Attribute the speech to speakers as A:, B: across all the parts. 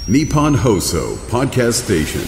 A: Nippon Hoso Podcast Station。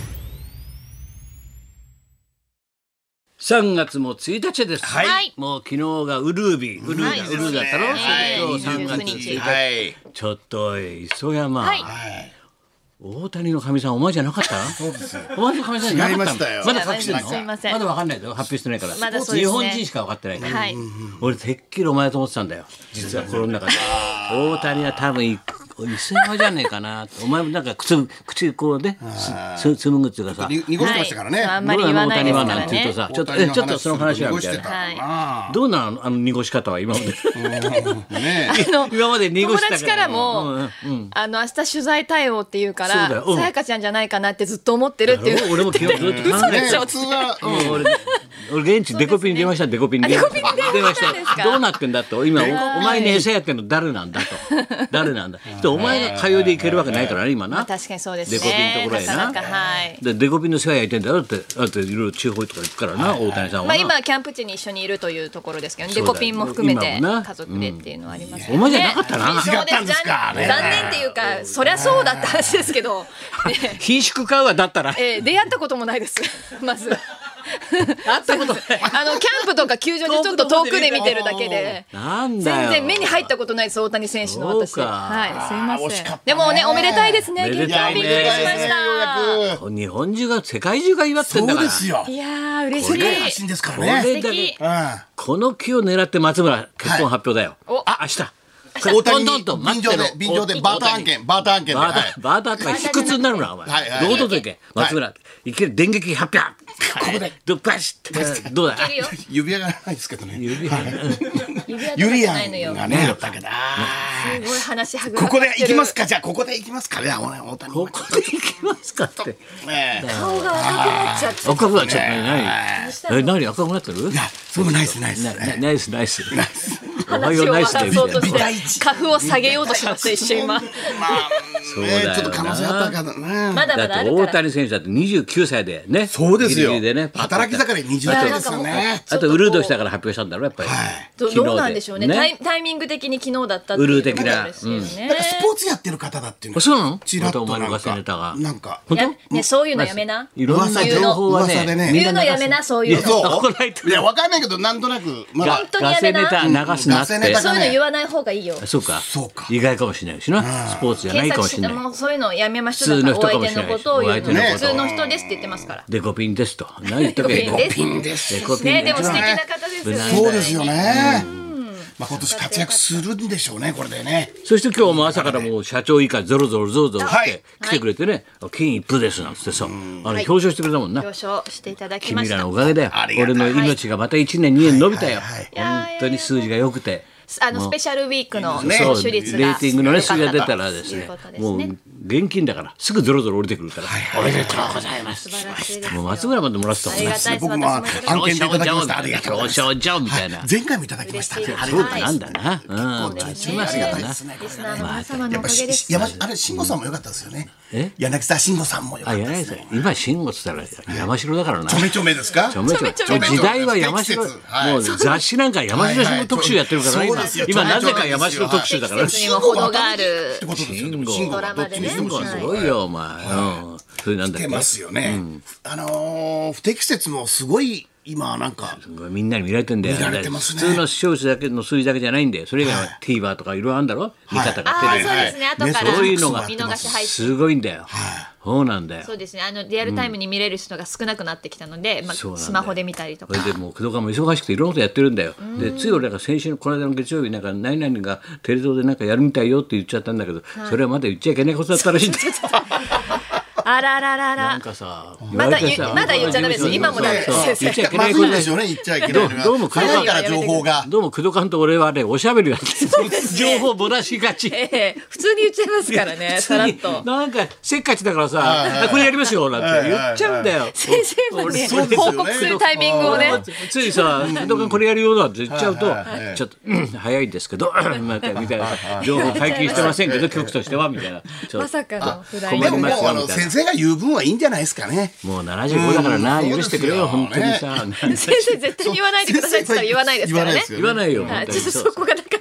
B: 3月も1日です。
C: はい。
B: もう昨日がウルービー、ウルーだったの。今日3月1日。
C: はい。
B: ちょっと磯山。
C: はい。
B: 大谷の神さんお前じゃなかった？そうですよ。お前の神さんじゃなかったの？
D: 違いましたよ
B: まだ隠してんの？
C: すいません
B: まだわかんないよ。発表してないから。
C: まだそうですね
B: 日本人しか分かってないから。
C: はい。
B: 俺てっきりお前と思ってたんだよ。実は心の中で。大谷は多分磯山じゃねえかな。お前もなんか口こうね、紡ぐっていうかさ。
D: 濁してましたからね。
C: あんまり言わないですから
B: 大谷はなんて言うと
C: ね。
B: さ、ちょっとその話はみたいな。
C: は
B: どうなのあの濁し方は今まで。
D: ね
B: 今まで濁した
C: 友達からも、明日取材対応って言うか
B: そうだよ
C: ら、さやかちゃんじゃないかなってずっと思ってるっていう。
B: 俺も昨日ずっと考えて
C: 嘘
D: 普通は
B: 俺現地デコピンに電話したデコピンに電話してどうなってんだと今お前に餌やってんの誰なんだと誰なんだお前が通いで行けるわけないからね今な
C: 確かにそうですね。
B: デコピンのところへな
C: なかなかはい。
B: でデコピンの世話焼いてんだよってだっていろいろ地方とか行くからな大谷さんはな
C: 今キャンプ地に一緒にいるというところですけど、
B: そうだよ
C: デコピンも含めて
B: 今もな
C: 家族でっていうのはあります。
B: お前じゃなかったな
C: そう
D: 違ったんですか
C: 残念っていうか、そりゃそうだった話ですけど、
B: 品種買うわだったら
C: 出会ったこともないです。まず。
B: 会ったことない
C: キャンプとか球場でちょっと遠くで見てるだけで。
B: なんだよ
C: 全然目に入ったことないです大谷選手の私。
B: そうか
C: はい、すいま
D: 惜しかったね
C: せん。でもねおめでたいですね。
B: めでたいね
C: 元気びっくりしまし
D: よ
C: た。
D: うや
B: 日本中が世界中が祝ってん
D: そ
B: だから
D: うですよ。
C: いやー嬉し
D: 世界発
C: い。
D: 信ですか
B: こ
D: らね。
B: れだけ
C: 素敵。
B: この木を狙って松村結婚発表だよ
C: お
B: あ明日
D: 大谷
B: どんどん
D: 便乗でバーター案件で。
B: バーター
D: はい
B: バーターとか卑屈になるなお前
D: はいはい
B: 堂々といけ松村いける電撃発表ここでバシッどうだ
C: いけるよ。
D: 指輪がないですけどね。
C: 指輪とか
D: ユリア
C: じゃないのよ
D: ン。がね、だけど。
C: すごい話はぐ
D: ここで行きますかじゃあここで行きますかね大谷。
B: ここで行きますかって
D: ね
C: 顔が赤くなっちゃって。
B: 赤くなっちゃった何赤くなってる
D: いやそうもないですないです。
B: ナイスナイスおは
C: 話を
B: ようナイスで
C: 渡そうとし
B: みたいな
C: て花粉を下げようとしました一瞬今。
B: そうだよな
D: ちょっと可能性あったからね。
C: まだま
B: だって
C: だあるから。
B: 大谷選手だって29歳でね
D: そうですよ
B: ギリギリでね
D: 働き盛り20代ですよね。
B: あとウルードしたから発表したんだろやっぱり昨日
C: どうなんでしょうね。タイミング的に昨日だったっていう
B: ウルー的な
C: ことですよね。
D: スポーツやってる方だっていうの。
B: そうなの
D: ちらっと
B: またお前の
D: なんか
B: ガセネタが
D: なんか
B: 本
C: いやねそういうのやめな。
B: いろんな情報は
D: 噂でね
C: 言うのやめなそういうの。
D: そう
B: 怒られてる
D: いやわかんないけどなんとなくまだ
C: 本当にやめな。
B: ガセネタ流すなって
D: ガセネタ
C: そういうの言わない方がいいよ。
B: そうか
D: そうか
B: 意外かもしれないしなスポーツじゃない
C: 検
B: かもしれない
C: 索してもそういうのやめましょう。だからお相手のことを言うの。
B: お相手の
D: こと
C: 普通の人ですって言ってますから。
B: デコピンですと何言っとけ
C: デコピンです
D: ピンです。
B: デコピン
C: ねでも素敵な方ですよね。
D: そうですよね。まあ今年活躍するんでしょうねこれでね。
B: そして今日も朝からもう社長以下ゾロゾロし
D: はい
B: て来てくれてね金一封ですなんつってさ表彰してくれたもんな
C: 表彰していただきま
B: 君ら
C: した。
B: のおかげだよ
D: ありがたい
B: 俺の命がまた1年2年伸びたよ
D: はい
B: 本当に数字が良くて
C: スペシャルウィークの
D: ね
C: 聴取率が
B: レーティングのね数字が出たらです
C: いう
B: ね
C: ことです
B: もう
C: ね。
B: 現金だからすぐゾロゾロ降りてくるからおめでとうございます
C: 素晴らしいですよ。
B: もう松村までもらってたもんね
C: ありがたいです。
D: 僕も
C: 私もいただき
D: 案
C: まし
D: 件でいただきましたありがとうございます。
B: 表彰状みたいな
D: 前回もいただきました。
C: 嬉しいです
B: そう
C: はい
B: なんだな
C: す
D: ありがたい
B: しますよな
D: ですねこれ
C: リスナーの皆様のおかげです。
D: あれ慎吾さんも良かったですよね。
B: え
D: 柳沢慎吾さんも良かった
B: 柳さん
D: ですね。
B: 今慎吾っつったら山城だからな
D: ちょめちょめですか。
B: ちょめちょめ
C: ちょめちょめ
B: 時代は山城
D: 不適切はい
B: もう雑誌なんか山城新聞特集やってるから
D: はいはいそうですよ
B: 今なぜか山城特集だから
C: 季節にも程がある
D: ってことですよ。
B: 慎吾
D: 慎吾がどっちにしても
C: ドラマでね
D: 慎吾
B: すごいよお前それなんだっけ
D: 出ますよね。不適切もすごい今なんか
B: みんなに見られてんだよ
D: 見られてますね
B: 普通の視聴者だけの数字だけじゃないんだよそれ以外は TVer とかいろいろあるんだろ見方が
C: ああ
B: テレビ
C: そうですね。後から
B: そういうのが
C: 見逃し配信。
B: すごいんだよそうなんだよ
C: そうですね。リアルタイムに見れる人が少なくなってきたので、
B: そうなんだよ
C: スマホで見たりとか。
B: それでもう工藤官も忙しくていろんなことやってるんだよでつい俺なんか先週のこの間の月曜日なんか何々がテレ東でなんかやるみたいよって言っちゃったんだけどそれはまだ言っちゃいけないことだったらしいんだよ
C: あららら
B: なん
C: ら。
B: かさ
C: まだ言っちゃダメです今もダメです
B: そう
C: 先生
B: 言っちゃいけ
D: ま
B: ないことだよ
D: ずいでしょうね言っちゃいけないのが
B: どうも
D: 早いから情報が
B: どうも工藤官と俺はねおしゃべりが情報ぼらしがち
C: 普通に言っちゃいますからねさらっと。
B: なんかせっかちだからさこれやりますよなんて言っちゃうんだよ
C: 先生もね
D: そうですよね
C: 報告するタイミングをね。
B: ついさ「工藤官これやるよ」なんて言っちゃうと
D: はい
B: ちょっと早いんですけどみたいな情報解禁してませんけど局としてはみたいな
C: まさかのフライ
B: 困
D: でももう
B: りますよみたいな
D: 先生が言う分はいいんじゃないですかね。
B: もう75だからな
D: うん
B: 許してくれよ
D: そう
B: 本当
D: ですよ
B: にさ
C: 先生絶対に言わないでくださいって言ったら言わないですからね。
D: 言わないですよ
B: 言わないよ
C: はい
B: 本当に
C: ちょっとそこがなかったから。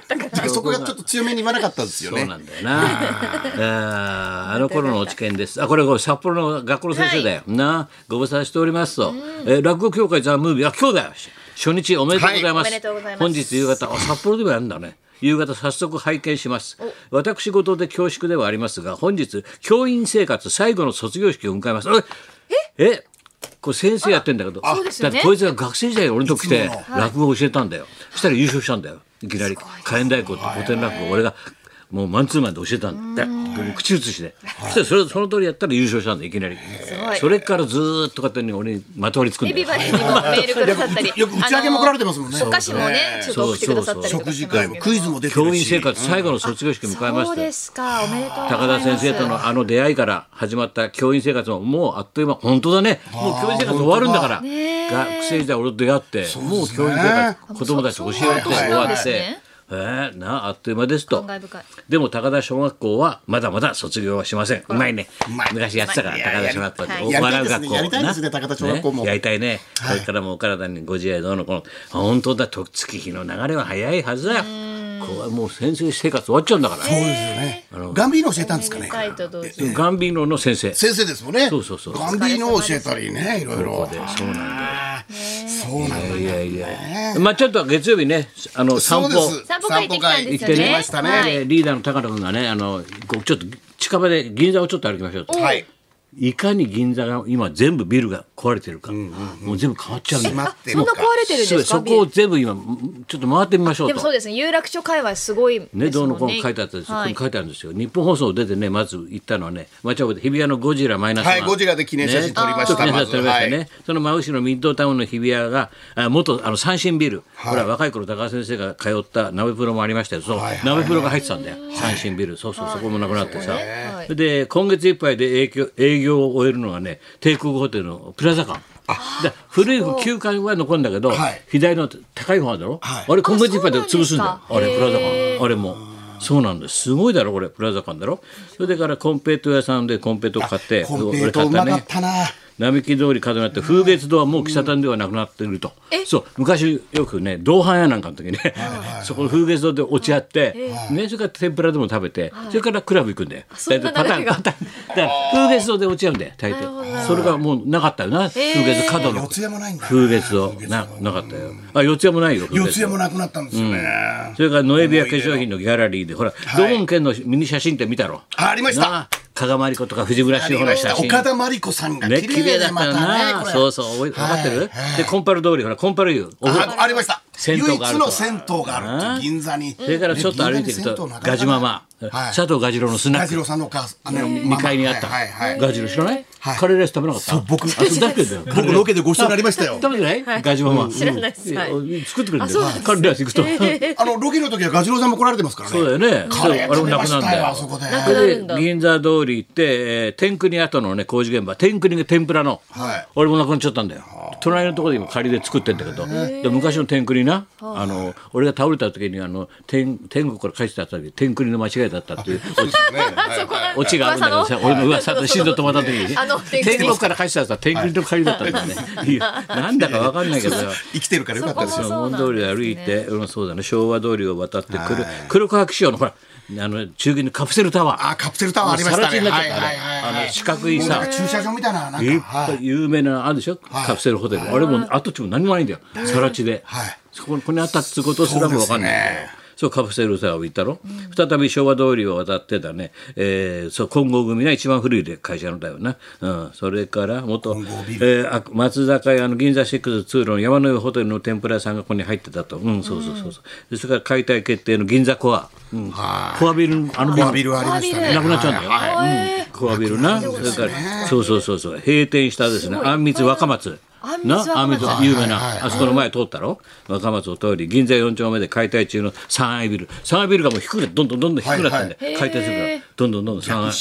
D: そこがちょっと強めに言わなかったんですよね。
B: そうなんだよな。あの頃の落研です。これ札幌の学校の先生だよ。な、ご無沙汰しておりますと。落語協会ザ・ムービー、今日だよ。初日おめでとうございます。本日夕方、札幌でもやるんだね。夕方早速拝見します。私事で恐縮ではありますが、本日教員生活最後の卒業式を迎えます。これ先生やってんだけど、だってこいつが学生時代俺のとこ来て落語を教えたんだよ。そしたら優勝したんだよ。いきなり火炎太鼓って古典落語を俺がもうマンツーマンで教えたんだって。口移しで。そしたらその通りやったら優勝したんだいきなり。それからずーっと勝手に俺にまとわりつくんだよ。
C: エビバディにもメールくださったり、
D: よく打ち上げも来られてますもんね。
C: お菓子もねちょっと送ってくださったりとか。
D: 食事会もクイズも出てるし。
B: 教員生活最後の卒業式迎えました。
C: そうですか、おめでとうございます。
B: 高田先生との出会いから始まった教員生活ももうあっという間。本当だね。もう教員生活終わるんだから。学生時代俺と出会ってもう教員生活子供たち教えて終わって。あっという間ですと。でも高田小学校はまだまだ卒業はしません。うまいね。昔やってたから高田小学校で笑う学校。
D: やりたいですね、高田小学校も。
B: やりたいね。これからもお体にご自愛どうのこの。本当だ、月日の流れは早いはずだよ。もう先生生活終わっちゃうんだから。
D: そうですよね。ガンビーノ教えたんですかね。
B: ガンビーノの先生。
D: 先生ですもんね。
B: そうそうそう。
D: ガンビーノを教えたりね、いろいろ。
B: そうなんだよ。
D: そうなんだよ。
B: いや。まあちょっと月曜日ね、散歩
C: 行
B: ってね、リーダーの高野君がね、ちょっと近場で銀座をちょっと歩きましょうと。
D: はい。
B: いかに銀座が今全部ビルが壊れてるか、もう全部変わっちゃうんだよ。
C: そんな壊れてるんですか。
B: そこを全部今ちょっと回ってみましょうと。
C: でもそうですね、有楽町界隈すごいですもんね。
B: どうのこうの書いてあったんですよ。ここに書いてあるんですよ。日本放送出てね、まず行ったのはね、町屋で日比谷のゴジラマイナスワン。
D: はい、ゴジラで記念写真撮りました。
B: 記念写真撮りましたね。その真後ろのミッドタウンの日比谷が元三振ビル。ほら若い頃高橋先生が通った鍋プロもありましたよ。そう鍋プロが入ってたんだよ。三振ビル。そうそこもなくなってさ。で今月いっぱいで営業を終えるのはね、帝国ホテルのプラザ館。古い旧館は残るんだけど、左の高い方だろ。あれ今月いっぱいで潰すんだよ。あれプラザ館。あれも。そうなんです。すごいだろこれプラザ館だろ。それからコンペイト屋さんでコンペイト買って、
D: コンペイトうまかったな。
B: 並木通り角にあって風月堂はもう喫茶店ではなくなっていると。そう昔よくね同伴屋なんかの時ねそこの風月堂で落ち合ってね、それから天ぷらでも食べて、それからクラブ行くんだよ。大体パターンだから風月堂で落ち合うんだよ大抵。それがもうなかったよな。風月角の風月堂なかったよ。四谷もないよ。
D: 四谷もなくなったんですよね。
B: それからノエビア化粧品のギャラリーでほらドーン県のミニ写真って見たろ。
D: ありました。
B: 加賀まりことか藤村志保の写真。
D: 岡田真理子さんが綺麗だったよな。
B: そうそう分かってる。でコンパル通りほらコンパル湯
D: ありました。
B: 銭湯があると。
D: 唯一の銭湯があるって銀座に。
B: それからちょっと歩いていくとガジママ佐藤ガジロのスナック。
D: ガジロさんのお母さん
B: 2階にあったガジロ知らない。カレーライス食べなかった。
D: 僕ロケでご一緒になりましたよ。
B: 食べてないガジママ。
C: 知らないです。
B: 作ってくれるんだよカレーライス行くと。
D: ロケの時はガジロさんも来られてますからね。
B: そうだよね。
D: カレー
B: あれもなくなるんだよ。で銀座通り行って天国跡のね工事現場天国が天ぷらの俺もなくなっちゃったんだよ。隣のところで今仮で作ってんだけど、で昔の天国な俺が倒れた時に天国から帰ってた時天国の間違いだったっていうオチがあるんだけどさ、俺の噂で心臓止まった時に天国から帰ってたやつは天国の仮だったんだよね。なんだか分かんないけど
D: 生きてるからよかったですよ。
B: 門通り歩いてそうだね昭和通りを渡って黒川紀章のほら中銀のカプセルタワー。
D: カプセルタワーありましたね。
B: 四角いさ
D: 駐車場みたいななんか
B: いっぱい有名なあるでしょカプセルホテル。あれも跡地も何もないんだよ。更地でそこにあったってことすらも分かんない。そうカプセルタワーを行ったろ。再び昭和通りを渡ってたね。そう金剛組が一番古い会社のだよな。それから元松坂屋の銀座6通路の山の上ホテルの天ぷら屋さんがここに入ってたと。そうそれから解体決定の銀座コア。コアビルコ
D: アビルありましたね。
B: なくなっちゃうんだよ。コアビルな。それからそう閉店したですねあんみつ若松。あんみつ有名なあそこの前通ったろ。若松を通り銀座4丁目で解体中の3階ビルがもう低くなってどんどん低くなってんで解体するからどんどん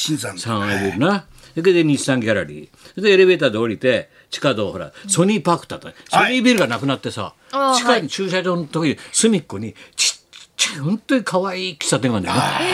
B: 3階ビルな。それで日産ギャラリーでエレベーターで降りて地下道ほらソニーパークだったソニービルがなくなってさ地下に駐車場のとこに隅っこにちっちゃい本当に可愛い喫茶店があるんだよね。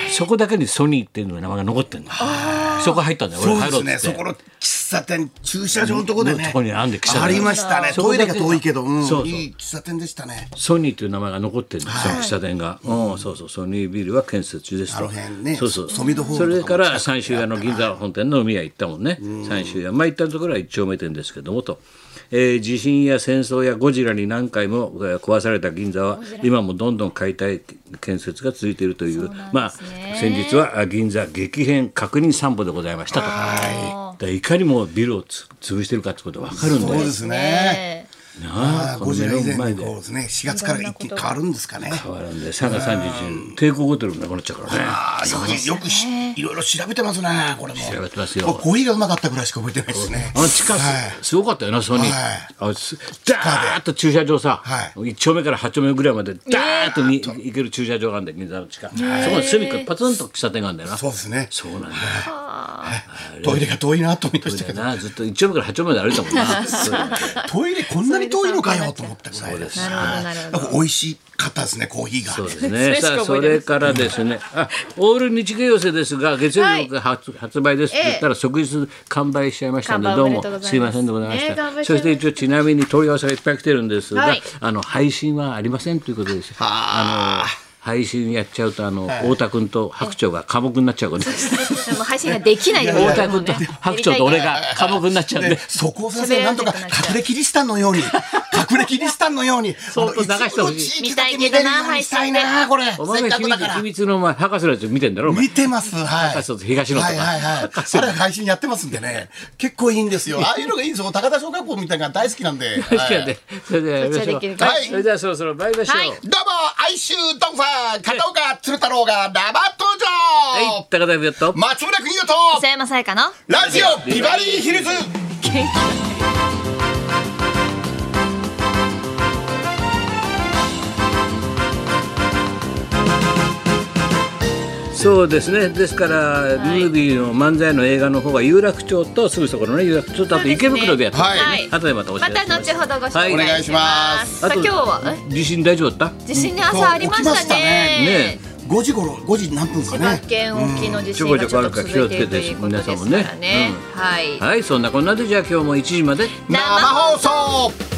B: そこだけにソニーっていうの名前が残ってんだ。そこ入ったんだよ。俺
D: そうですね。
B: 入ろうって。
D: そこの喫茶店、駐車場のとこでね。
B: そこにあんで喫茶店
D: ありましたね。トイレが遠いけど、
B: そう
D: いい喫茶店でしたね。
B: ソニーという名前が残ってるんです、その喫茶店が。そうそう、ソニービルは建設中ですと。
D: あの辺ね。
B: そうそう。
D: ソミドホー
B: そ
D: ルとかも
B: れから三州屋の銀座本店の飲み屋行ったもんね。三州屋。行ったところは一丁目店ですけどもと。地震や戦争やゴジラに何回も壊された銀座は今もどんどん解体建設が続いているという、先日は銀座激変確認散歩でございましたと。いかにもビルを潰してるかってことが分かるんだよ。
D: そうですね。ゴジラ以前に
B: で
D: 4月から一気に変わるんですかね。
B: 変わるんで3月31日帝国ホテルもなくなっちゃうからね。
D: よくいろいろ調べてますね。これも
B: 調べてますよ。
D: コーヒーがうまかったぐらいしか覚えてないですね。
B: 地下すごかったよな、ソニー。ダーッと駐車場さ、1丁目から8丁目ぐらいまでダーッと行ける駐車場があるんだよ、銀座の地下。そこに隅っこパツンと喫茶店があるんだよな。
D: そうですね。
B: そうなんだよ。
D: トイレが遠いなと思いましたけど、
B: ずっと1丁目から8丁目まで歩いたもんな。
D: トイレこんなに遠いのかよと思ってぐらいです。美味しかったですね、コーヒーが。
B: そうですね。さあ、それからですね、オール日芸寄せですが、月曜日発売ですって言ったら即日完売しちゃいましたので、どうもすいませんでございました。そして一応ちなみに問い合わせがいっぱい来てるんですが、配信はありませんということです。配信やっちゃうと太田君と白鳥が寡黙になっちゃうからね。
C: 配信ができないの
B: 太田君と白鳥と俺が寡黙になっちゃうんで。
D: そこを先生なんとか隠れキリシタンのように
B: そうと流してほしい。
C: 見たいけどな、配信で。
D: これ。
B: お前が秘密の博士のやつ見てんだろ。
D: 見てます。
B: 博士と東野とか。
D: あれ配信やってますんでね。結構いいんですよ。ああいうのがいいんですよ。高田小学校みたいなのが大好きなんで。
B: 大好きなんで。それではやりましょう。それではそろそろ参りましょう。
D: どうも哀愁ドンファン片岡鶴太郎が生登場。
B: はい、高田文夫と
D: 松村邦洋と
C: 磯山さやかの
D: ラジオビバリーヒルズ。
B: そうですね。ですから、ムービーの漫才の映画の方は有楽町とすぐそこのね、有楽町とあと池袋でやってますね。後でまたお知らせします。
C: また後ほどご紹介
D: お願いします。
C: さあ今日は
B: 地震大丈夫だった？
C: 地震ね、朝ありましたね。
D: 5時頃、5時何分かね。
C: 千葉県沖の地震がちょっと続いているということですからね。
B: はい、そんなこんなでじゃあ今日も1時まで
D: 生放送。